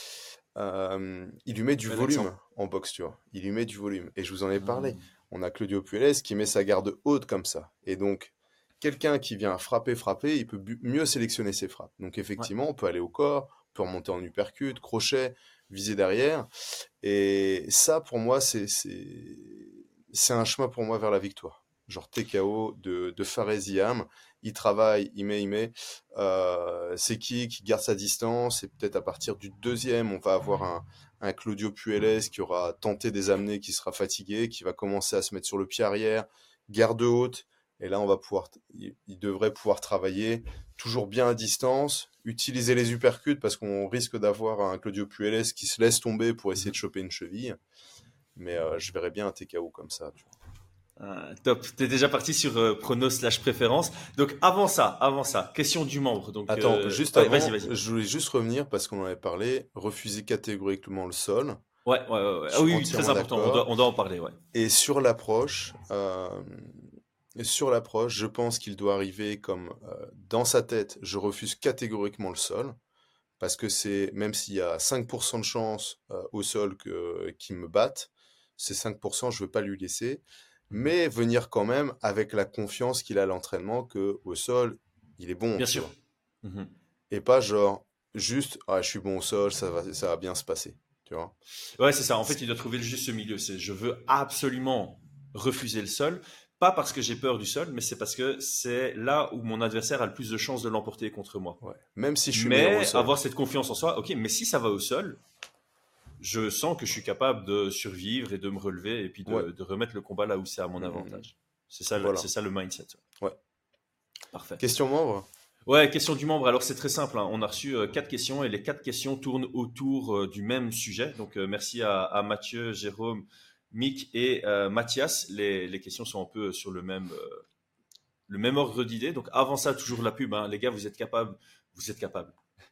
Euh, il lui met du Bel volume accent. en boxe, tu vois. Il lui met du volume. Et je vous en ai parlé. Mhm. On a Claudio Puelles qui met sa garde haute comme ça. Et donc, quelqu'un qui vient frapper, frapper, il peut bu- mieux sélectionner ses frappes. Donc, Ouais. effectivement, on peut aller au corps, on peut remonter en uppercut, crochet, viser derrière. Et ça, pour moi, c'est, c'est, c'est un chemin pour moi vers la victoire. Genre T K O de, de Faresiam, il travaille, il met, il met. Euh, c'est qui qui garde sa distance, et peut-être à partir du deuxième, on va avoir un, un Claudio Puelles qui aura tenté des amenés, qui sera fatigué, qui va commencer à se mettre sur le pied arrière, garde haute, et là on va pouvoir, il, il devrait pouvoir travailler toujours bien à distance, utiliser les uppercuts parce qu'on risque d'avoir un Claudio Puelles qui se laisse tomber pour essayer de choper une cheville. Mais euh, je verrais bien un T K O comme ça, tu vois. Ah, top, t'es déjà parti sur euh, prono slash préférence. Donc avant ça, avant ça, question du membre. Donc, Attends, euh, juste ouais, avant, vas-y, vas-y. je voulais juste revenir parce qu'on en avait parlé, refuser catégoriquement le sol. Ouais, ouais, ouais. ouais. Je Ah suis oui, oui, très entièrement important. On d'accord. doit, on doit en parler, ouais. Et sur l'approche, euh, sur l'approche, je pense qu'il doit arriver comme euh, dans sa tête, je refuse catégoriquement le sol. Parce que c'est, même s'il y a cinq pour cent de chance euh, au sol que, qu'il me batte, ces cinq pour cent, je ne veux pas lui laisser. Mais venir quand même avec la confiance qu'il a à l'entraînement qu'au sol, il est bon, Bien tu sûr. vois. Mhm. Et pas genre, juste, ah, je suis bon au sol, ça va, ça va bien se passer, tu vois. Ouais, c'est ça. En fait, il doit trouver le juste milieu. C'est, je veux absolument refuser le sol. Pas parce que j'ai peur du sol, mais c'est parce que c'est là où mon adversaire a le plus de chances de l'emporter contre moi. Ouais. Même si je suis meilleur au Mais sol. avoir cette confiance en soi, ok, mais si ça va au sol, je sens que je suis capable de survivre et de me relever et puis de, Ouais. de remettre le combat là où c'est à mon Mhm. avantage. C'est ça, le- Voilà. c'est ça le mindset. Ouais. Parfait. Question membre? Ouais, question du membre. Alors c'est très simple, hein. On a reçu euh, quatre questions et les quatre questions tournent autour euh, du même sujet. Donc euh, merci à, à Mathieu, Jérôme, Mick et euh, Mathias. Les, les questions sont un peu sur le même, euh, le même ordre d'idée. Donc avant ça, toujours la pub, hein. Les gars, vous êtes capables, vous êtes capables.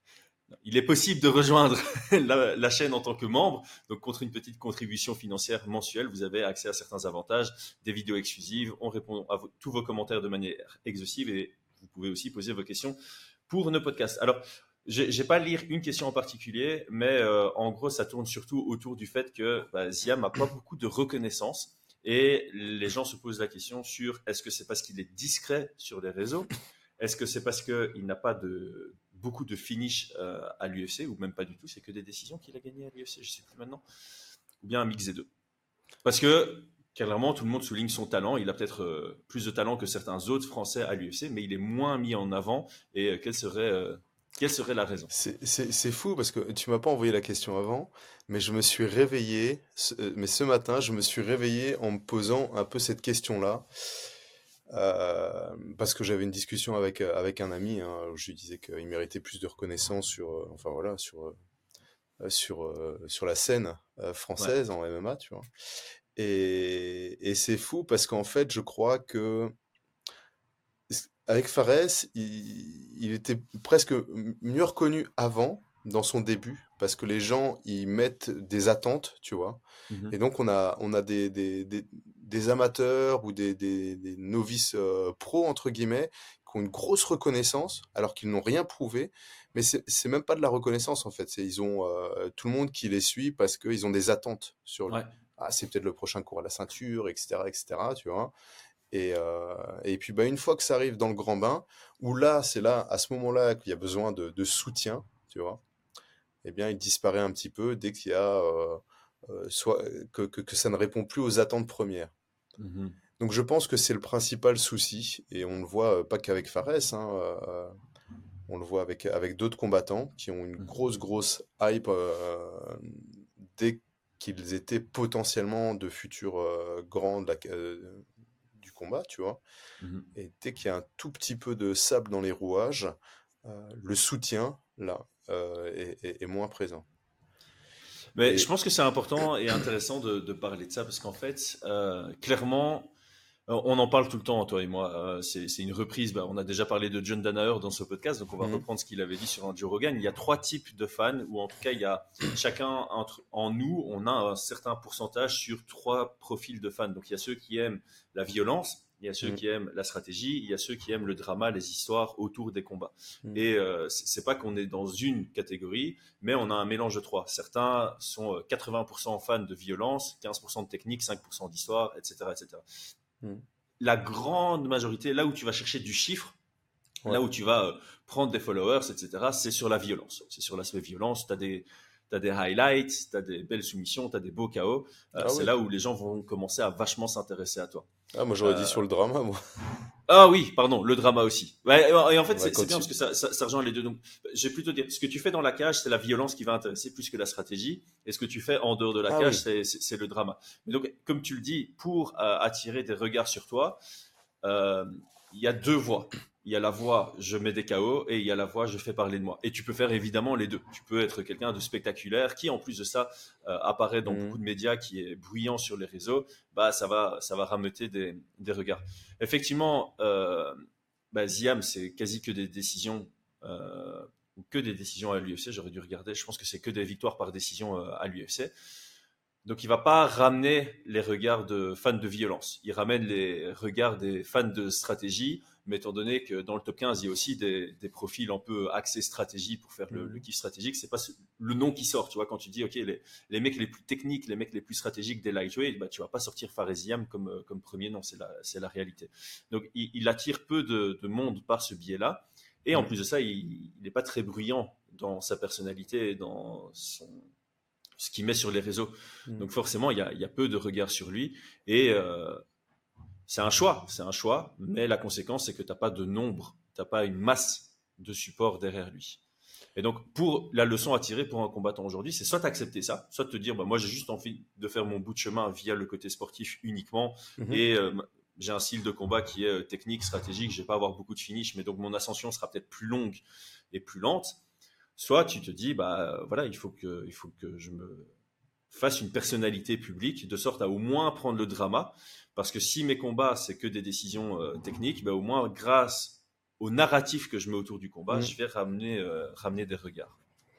Il est possible de rejoindre la, la chaîne en tant que membre. Donc, contre une petite contribution financière mensuelle, vous avez accès à certains avantages, des vidéos exclusives. On répond à vos, tous vos commentaires de manière exhaustive et vous pouvez aussi poser vos questions pour nos podcasts. Alors, je n'ai pas à lire une question en particulier, mais euh, en gros, ça tourne surtout autour du fait que bah, Ziam n'a pas beaucoup de reconnaissance et les gens se posent la question sur est-ce que c'est parce qu'il est discret sur les réseaux? Est-ce que c'est parce qu'il n'a pas de beaucoup de finish euh, à l'U F C ou même pas du tout, c'est que des décisions qu'il a gagnées à l'U F C, je ne sais plus maintenant, ou bien un mix des deux. Parce que clairement, tout le monde souligne son talent, il a peut-être euh, plus de talent que certains autres Français à l'U F C, mais il est moins mis en avant et euh, quelle serait, euh, quelle serait la raison? C'est, c'est, c'est fou parce que tu m'as pas envoyé la question avant, mais je me suis réveillé, ce- euh, mais ce matin, je me suis réveillé en me posant un peu cette question-là. Euh, parce que j'avais une discussion avec, euh, avec un ami, hein, où je lui disais qu'il méritait plus de reconnaissance sur, euh, enfin voilà, sur, euh, sur, euh, sur la scène euh, Ouais. française en M M A, tu vois. Et, et c'est fou parce qu'en fait, je crois que avec Fares, il, il était presque mieux reconnu avant, dans son début, parce que les gens y mettent des attentes, tu vois. Mhm. Et donc, on a, on a des, des, des, des amateurs ou des, des, des novices euh, pros, entre guillemets, qui ont une grosse reconnaissance, alors qu'ils n'ont rien prouvé. Mais c'est c'est même pas de la reconnaissance, en fait. C'est, ils ont euh, tout le monde qui les suit parce qu'ils ont des attentes sur lui. Ouais. Ah, c'est peut-être le prochain cours à la ceinture, et cetera, et cetera, tu vois. Et, euh, et puis, bah, une fois que ça arrive dans le grand bain, où là, c'est là, à ce moment-là, qu'il y a besoin de, de soutien, tu vois, eh bien, il disparaît un petit peu dès qu'il y a, euh, euh, soit, que, que, que ça ne répond plus aux attentes premières. Mhm. Donc, je pense que c'est le principal souci, et on le voit euh, pas qu'avec Fares, hein, euh, on le voit avec, avec d'autres combattants qui ont une Mhm. grosse, grosse hype euh, dès qu'ils étaient potentiellement de futurs euh, grands de la, euh, du combat, tu vois. Mhm. Et dès qu'il y a un tout petit peu de sable dans les rouages, euh, le soutien, là, euh, est, est- est moins présent. Mais je Et pense que c'est important et intéressant de, de parler de ça parce qu'en fait, euh, clairement, Euh, on en parle tout le temps, toi et moi. Euh, c'est c'est une reprise. Bah, on a déjà parlé de John Danaher dans ce podcast, donc on va Mhm. reprendre ce qu'il avait dit sur un Joe Rogan. Il y a trois types de fans, ou en tout cas, il y a chacun entre en nous, on a un certain pourcentage sur trois profils de fans. Donc il y a ceux qui aiment la violence, il y a ceux Mhm. qui aiment la stratégie, il y a ceux qui aiment le drama, les histoires autour des combats. Mhm. Et euh, c'est c'est pas qu'on est dans une catégorie, mais on a un mélange de trois. Certains sont euh, quatre-vingts pour cent fans de violence, quinze pour cent de technique, cinq pour cent d'histoire, et cetera, et cetera. Mhm. La grande majorité, là où tu vas chercher du chiffre, Ouais. là où tu vas euh, prendre des followers, et cetera, c'est sur la violence. C'est sur l'aspect violence. Tu as des, tu as des highlights, tu as des belles soumissions, tu as des beaux K O. Euh, Ah c'est oui. là où les gens vont commencer à vachement s'intéresser à toi. Ah, moi j'aurais dit Euh, sur le drama, moi. Ah oui, pardon, le drama aussi. Ouais, et en fait, Ouais, c'est c'est quand bien tu... parce que ça, ça, ça rejoint les deux. Donc, je vais plutôt dire, ce que tu fais dans la cage, c'est la violence qui va intéresser plus que la stratégie. Et ce que tu fais en dehors de la Ah cage, oui. c'est c'est- c'est le drama. Mais donc, comme tu le dis, pour euh, attirer des regards sur toi, euh, il y a deux voies. Il y a la voie je mets des K O et il y a la voie je fais parler de moi. Et tu peux faire évidemment les deux. Tu peux être quelqu'un de spectaculaire qui, en plus de ça, euh, apparaît dans beaucoup Mhm. de médias, qui est bruyant sur les réseaux. Bah, ça va, ça va rameuter des, des regards. Effectivement, euh, bah, Ziam, c'est quasi que des décisions, euh, ou que des décisions à l'U F C. J'aurais dû regarder. Je pense que c'est que des victoires par décision euh, à l'U F C. Donc il va pas ramener les regards de fans de violence. Il ramène les regards des fans de stratégie, mais étant donné que dans le top quinze, il y a aussi des, des profils un peu axés stratégie pour faire le, le Mhm. kiff stratégique. C'est pas ce- le nom qui sort, tu vois, quand tu dis, OK, les, les mecs les plus techniques, les mecs les plus stratégiques des lightweight, bah, tu vas pas sortir Faresiam comme, euh, comme premier nom, c'est la, c'est la réalité. Donc il, il attire peu de, de monde par ce biais-là. Et en Mhm. plus de ça, il n'est pas très bruyant dans sa personnalité et dans son, ce qu'il met sur les réseaux. Mhm. Donc forcément, il y a, il y a peu de regard sur lui. Et euh, c'est un choix, c'est un choix, mais la conséquence, c'est que tu n'as pas de nombre, tu n'as pas une masse de support derrière lui. Et donc, pour la leçon à tirer pour un combattant aujourd'hui, c'est soit accepter ça, soit te dire, bah, moi j'ai juste envie de faire mon bout de chemin via le côté sportif uniquement, Mhm. et euh, j'ai un style de combat qui est euh, technique, stratégique, je vais pas avoir beaucoup de finish, mais donc mon ascension sera peut-être plus longue et plus lente. Soit tu te dis, bah voilà, il faut que, il faut que je me fasse une personnalité publique, de sorte à au moins prendre le drama. Parce que si mes combats, c'est que des décisions euh, techniques, ben, au moins, grâce au narratif que je mets autour du combat, Mhm. je vais ramener, euh, ramener des regards.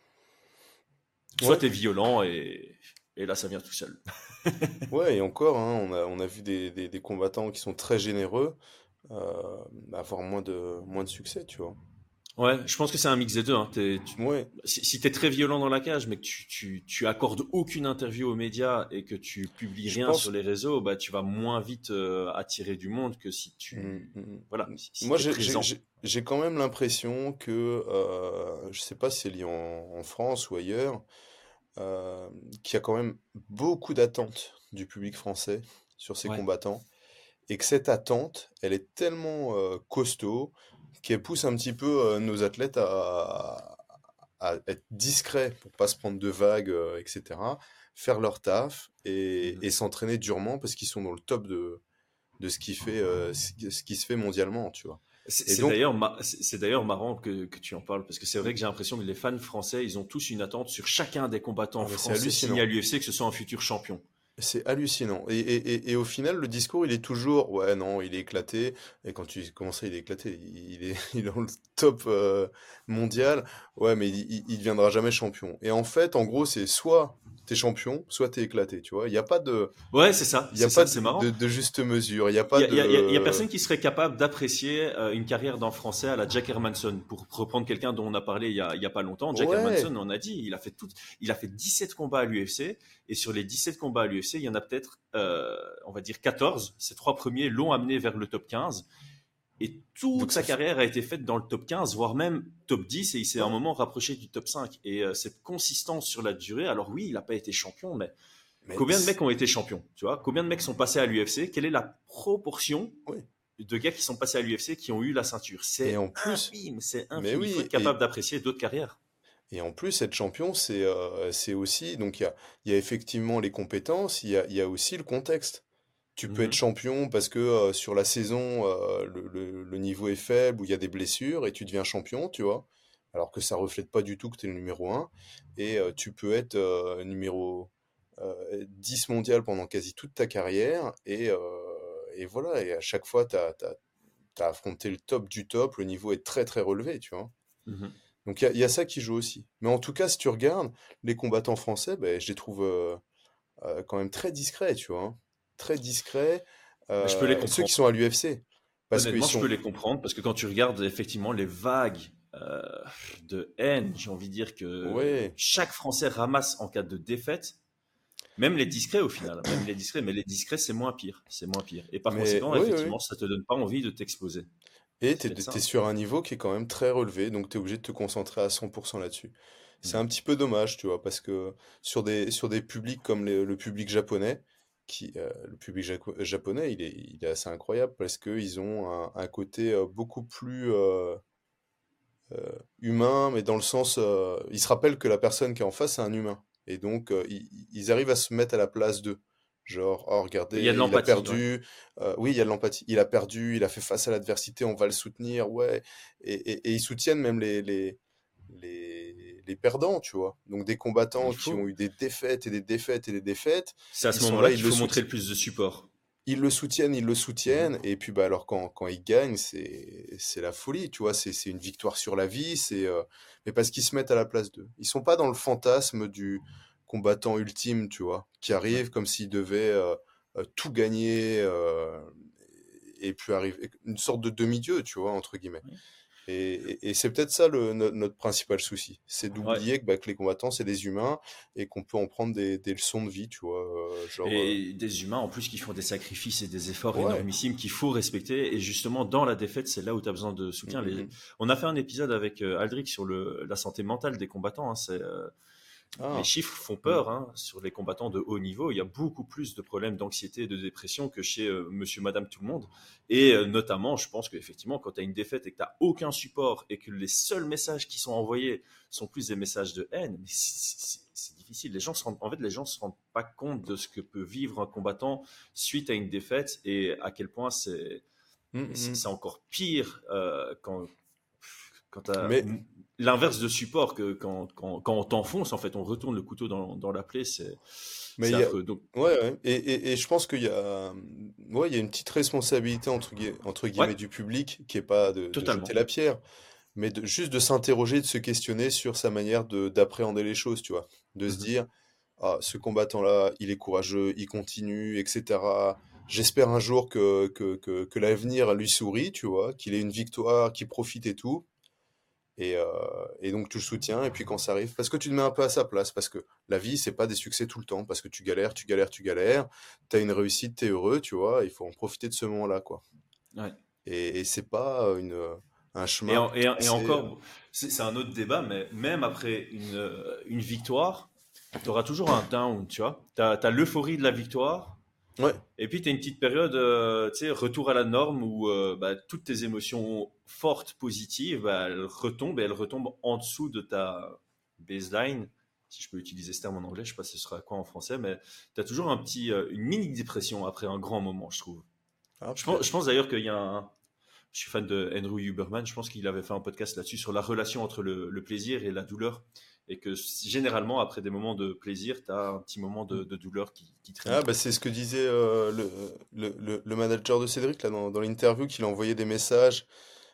Soit Ouais. tu es violent et, et là, ça vient tout seul. Ouais, et encore, hein, on a, on a vu des, des, des combattants qui sont très généreux euh, avoir moins de, moins de succès, tu vois. Ouais, je pense que c'est un mix des deux. Hein. T'es- tu- Ouais, si si tu es très violent dans la cage, mais que tu, tu, tu accordes aucune interview aux médias et que tu publies je rien sur pense. les réseaux, bah, tu vas moins vite euh, attirer du monde que si Mhm, tu mhm. voilà, si, si Moi, tu es j'ai j'ai- présent. j'ai- j'ai quand même l'impression que, euh, je sais pas si c'est lié en, en France ou ailleurs, euh, qu'il y a quand même beaucoup d'attentes du public français sur ces Ouais. combattants, et que cette attente, elle est tellement euh, costaud qu'elle pousse un petit peu euh, nos athlètes à, à être discrets pour pas se prendre de vagues, euh, et cetera, faire leur taf et, Mhm. et s'entraîner durement parce qu'ils sont dans le top de, de ce qui fait, euh, ce qui ce qui se fait mondialement, tu vois. C'est Et c'est donc, d'ailleurs ma- c'est c'est d'ailleurs marrant que, que tu en parles parce que c'est vrai que j'ai l'impression que les fans français, ils ont tous une attente sur chacun des combattants ah, mais c'est français signés à hallucinant. l'U F C que ce soit un futur champion. C'est hallucinant. Et, et, et, et au final, le discours, il est toujours, ouais, non, il est éclaté. Et quand tu dis comment ça, il est éclaté, il est, il est dans le top euh, mondial. Ouais, mais il, il, il deviendra jamais champion. Et en fait, en gros, c'est soit t'es champion, soit t'es éclaté, tu vois. Il n'y a pas de, Ouais, c'est ça, il y a c'est pas ça, de, c'est marrant. de, de juste mesure. Il n'y a Il pas y a, il y a- il y a de, personne qui serait capable d'apprécier euh, une carrière d'un Français à la Jack Hermanson. Pour reprendre quelqu'un dont on a parlé il y a, il y a pas longtemps, Jack Hermanson, ouais, on a dit, il a fait tout, il a fait dix-sept combats à l'U F C et sur les dix-sept combats à l'U F C, il y en a peut-être, euh, on va dire quatorze. Ces trois premiers l'ont amené vers le top quinze. Et toute donc sa ça fait, carrière a été faite dans le top quinze, voire même top dix, et il s'est à un ouais. moment rapproché du top cinq. Et euh, cette consistance sur la durée, alors oui, il n'a pas été champion, mais Mais, combien de mecs ont été champions, tu vois? Combien de mecs sont passés à l'U F C? Quelle est la proportion oui. de gars qui sont passés à l'U F C qui ont eu la ceinture? Et C'est en plus, infime, c'est mais infime. Il faut oui, être et, capable d'apprécier d'autres carrières. Et en plus, être champion, c'est euh, c'est aussi, donc il y a, il y a effectivement les compétences, il y a, il y a aussi le contexte. Tu peux être Mhm. champion parce que euh, sur la saison, euh, le, le- le niveau est faible ou il y a des blessures et tu deviens champion, tu vois. Alors que ça reflète pas du tout que tu es le numéro un. Et euh, tu peux être euh, numéro euh, dix mondial pendant quasi toute ta carrière. Et, euh, et voilà, et à chaque fois, tu as, affronté le top du top, le niveau est très très relevé, tu vois. Mhm. Donc il y a, il y a ça qui joue aussi. Mais en tout cas, si tu regardes, les combattants français, ben, je les trouve euh, euh, quand même très discrets, tu vois, hein. Très discrets. Mais je peux les Euh, ceux comprendre. qui sont à l'U F C. Parce qu'ils Honnêtement, je peux sont... les comprendre parce que quand tu regardes effectivement les vagues euh, de haine, j'ai envie de dire que Ouais, chaque Français ramasse en cas de défaite. Même les discrets au final, même les discrets, mais les discrets c'est moins pire, c'est moins pire. Et par mais conséquent, oui, oui. effectivement, ça te donne pas envie de t'exposer. Et C'est t'es, bête ça. t'es Hein. sur un niveau qui est quand même très relevé, donc t'es obligé de te concentrer à cent pour cent là-dessus. C'est un petit peu dommage, tu vois, parce que sur des, sur des publics comme les- le public japonais, qui, euh, le public jaco- japonais, il est, il est assez incroyable parce qu'ils ont un, un côté euh, beaucoup plus euh, euh, humain, mais dans le sens, euh, ils se rappellent que la personne qui est en face, c'est un humain. Et donc, euh, ils, ils arrivent à se mettre à la place d'eux. Genre, oh, Il y a de regardez, il a l'empathie, ouais. perdu. Euh, oui, il y a de l'empathie. Il a perdu, il a fait face à l'adversité, on va le soutenir, ouais. Et, et- et ils soutiennent même les, les, les, les perdants, tu vois. Donc, des Il combattants qui faut. ont eu des défaites et des défaites et des défaites, C'est à ils ce sont moment-là là, ils qu'il le faut montrer soutiennent. le plus de support. Ils le soutiennent, ils le Mhm. soutiennent, et puis bah alors quand, quand ils gagnent, c'est c'est la folie, tu vois, c'est c'est une victoire sur la vie, c'est euh, mais parce qu'ils se mettent à la place d'eux. Ils sont pas dans le fantasme du combattant ultime, tu vois, qui Ouais. arrive comme s'il devait euh, euh, tout gagner euh, et puis arriver une sorte de demi-dieu, tu vois, entre guillemets. Ouais. Et, et- et c'est peut-être ça le, no- notre principal souci, c'est Ouais. d'oublier que, bah, que les combattants, c'est des humains et qu'on peut en prendre des, des leçons de vie, tu vois, euh, genre, euh, Et des humains en plus qui font des sacrifices et des efforts ouais. énormissimes qu'il faut respecter. Et justement, dans la défaite, c'est là où tu as besoin de Mm, soutien. mm, Les... mm. On a fait un épisode avec euh, Aldric sur le, la santé mentale des combattants. Hein. C'est, euh, les Ah. chiffres font Mm. peur hein, sur les combattants de haut niveau. Il y a beaucoup plus de problèmes d'anxiété et de dépression que chez euh, monsieur, madame, tout le monde. Et euh, notamment, je pense qu'effectivement, quand tu as une défaite et que tu n'as aucun support et que les seuls messages qui sont envoyés sont plus des messages de haine, mais c'est c'est- c'est difficile. Les gens se rendent, en fait, les gens se rendent pas compte de ce que peut vivre un combattant suite à une défaite et à quel point c'est Mm, c'est mm. c'est encore pire euh, quand quand t'as Mais l'inverse de support que quand, quand, quand on t'enfonce, en fait, on retourne le couteau dans, dans la plaie, c'est, mais c'est il y a affreux. Donc, ouais, ouais. Et, et, et je pense qu'il y a ouais, il y a une petite responsabilité entre, gui- entre ouais, guillemets du public qui est pas de, de jeter totalement. la pierre, mais de, juste de s'interroger, de se questionner sur sa manière de d'appréhender les choses, tu vois. De se Mhm. dire, ah, ce combattant-là, il est courageux, il continue, et cetera. J'espère un jour que, que, que, que l'avenir lui sourit, tu vois, qu'il ait une victoire, qu'il profite et tout. Et, euh, et donc tu le soutiens, et puis quand ça arrive, parce que tu te mets un peu à sa place, parce que la vie, c'est pas des succès tout le temps, parce que tu galères, tu galères, tu galères, t'as une réussite, t'es heureux, tu vois, il faut en profiter de ce moment-là, quoi. Ouais. Et, et c'est pas une, un Et, chemin en- pour et, et passer. euh, encore, c'est, c'est un autre débat, mais même après une, euh, une victoire, tu auras toujours un down, tu vois. Tu as l'euphorie de la victoire, Ouais, et puis tu as une petite période, euh, tu sais, retour à la norme où euh, bah, toutes tes émotions fortes, positives, bah, elles retombent et elles retombent en dessous de ta baseline. Si je peux utiliser ce terme en anglais, je sais pas si ce sera quoi en français, mais tu as toujours un petit, euh, une mini dépression après un grand moment, je trouve. ah, Je pense, peut-être. je pense d'ailleurs qu'il y a un. Je suis fan de Andrew Huberman, je pense qu'il avait fait un podcast là-dessus sur la relation entre le, le plaisir et la douleur. Et que généralement, après des moments de plaisir, tu as un petit moment de, de douleur qui, qui traîne. Ah, bah c'est ce que disait euh, le, le, le, le manager de Cédric, là, dans, dans l'interview, qu'il a envoyé des messages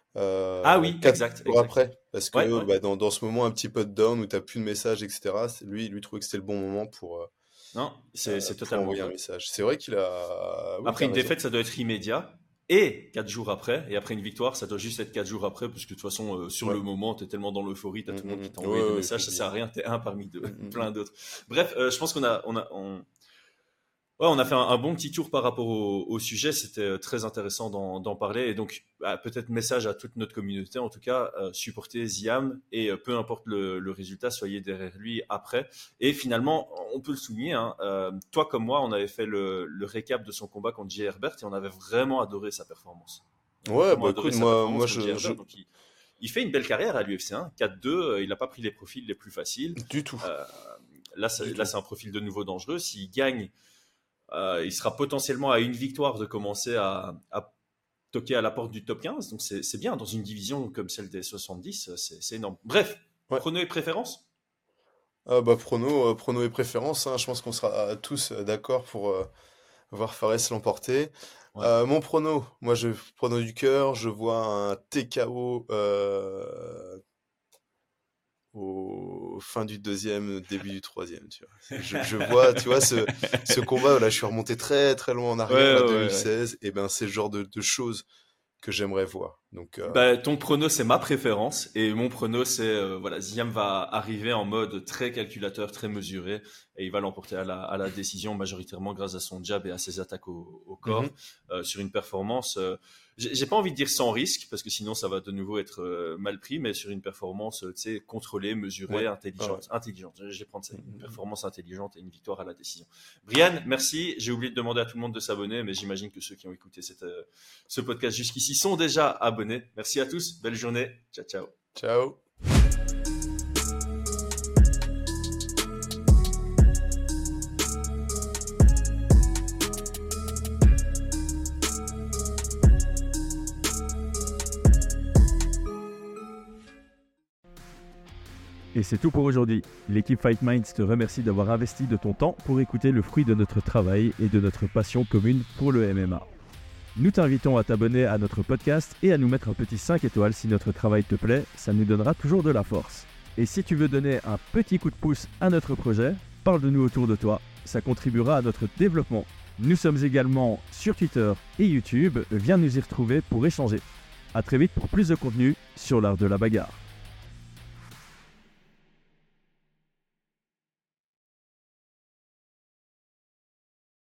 Ah euh, oui, quatre exact, jours exact. après, parce Ouais, que ouais. bah, dans, dans ce moment un petit peu de down où t'as plus de messages, et cetera, c'est- lui, lui trouvait que c'était le bon moment pour, euh, Non, c'est euh, c'est pour totalement envoyer un vrai. message. C'est vrai qu'il a... Oui, Après t'as une raison. défaite, ça doit être immédiat. Et quatre jours après. Et après une victoire, ça doit juste être quatre jours après. Parce que de toute façon, euh, sur Ouais. le moment, tu es tellement dans l'euphorie, tu as Mm, tout le monde qui mm, t'a mm. envoyé des Ouais, ouais, faut messages. Ça sert à oublier. rien. Tu es un parmi de, Mm, mm, plein mm. d'autres. Bref, euh, je pense qu'on a, on a, on, ouais, on a fait un, un bon petit tour par rapport au, au sujet. C'était euh, très intéressant d'en d'en parler. Et donc, bah, peut-être message à toute notre communauté. En tout cas, euh, supportez Ziam. Et euh, peu importe le, le résultat, soyez derrière lui après. Et finalement, on peut le souligner. Hein, euh, toi comme moi, on avait fait le, le récap de son combat contre J. Herbert. Et on avait vraiment adoré sa performance. On avait Ouais, vraiment bah adoré écoute, sa moi, performance moi contre J. je, je... Herbert. Donc, il, il fait une belle carrière à l'U F C. Hein, quatre deux. euh, il n'a pas pris les profils les plus faciles. Du tout. Euh, là, Du c'est- là, tout. c'est un profil de nouveau dangereux. S'il gagne euh, il sera potentiellement à une victoire de commencer à, à toquer à la porte du top quinze. Donc c'est c'est bien dans une division comme celle des soixante-dix, c'est c'est énorme. Bref, Ouais. pronos et préférences. Ah bah prono, euh, prono et préférence, hein, je pense qu'on sera tous euh, d'accord pour euh, voir Fares l'emporter. Ouais. Euh, mon prono, moi je prono du cœur, je vois un T K O euh, au fin du deuxième, début du troisième, tu vois. Je, je vois, tu vois, ce, ce combat, là je suis remonté très très loin en Ouais, arrière, là ouais, ouais. deux mille seize, et ben c'est le genre de, de choses que j'aimerais voir. Donc, euh... bah, ton prono, c'est ma préférence. Et mon prono, c'est euh, voilà, Ziam va arriver en mode très calculateur, très mesuré. Et il va l'emporter à la, à la décision, majoritairement grâce à son jab et à ses attaques au, au corps. Mm-hmm. euh, sur une performance, euh, j'ai, j'ai pas envie de dire sans risque, parce que sinon ça va de nouveau être euh, mal pris, mais sur une performance tu sais, contrôlée, mesurée, ouais. intelligente. Ouais. intelligente. Je vais prendre ça, une performance intelligente et une victoire à la décision. Brian, merci. J'ai oublié de demander à tout le monde de s'abonner, mais j'imagine que ceux qui ont écouté cette, euh, ce podcast jusqu'ici sont déjà abonnés. Merci à tous. Belle journée. Ciao, ciao. Ciao. Et c'est tout pour aujourd'hui. L'équipe Fight Minds te remercie d'avoir investi de ton temps pour écouter le fruit de notre travail et de notre passion commune pour le M M A. Nous t'invitons à t'abonner à notre podcast et à nous mettre un petit cinq étoiles si notre travail te plaît, ça nous donnera toujours de la force. Et si tu veux donner un petit coup de pouce à notre projet, parle de nous autour de toi, ça contribuera à notre développement. Nous sommes également sur Twitter et YouTube, viens nous y retrouver pour échanger. A très vite pour plus de contenu sur l'art de la bagarre.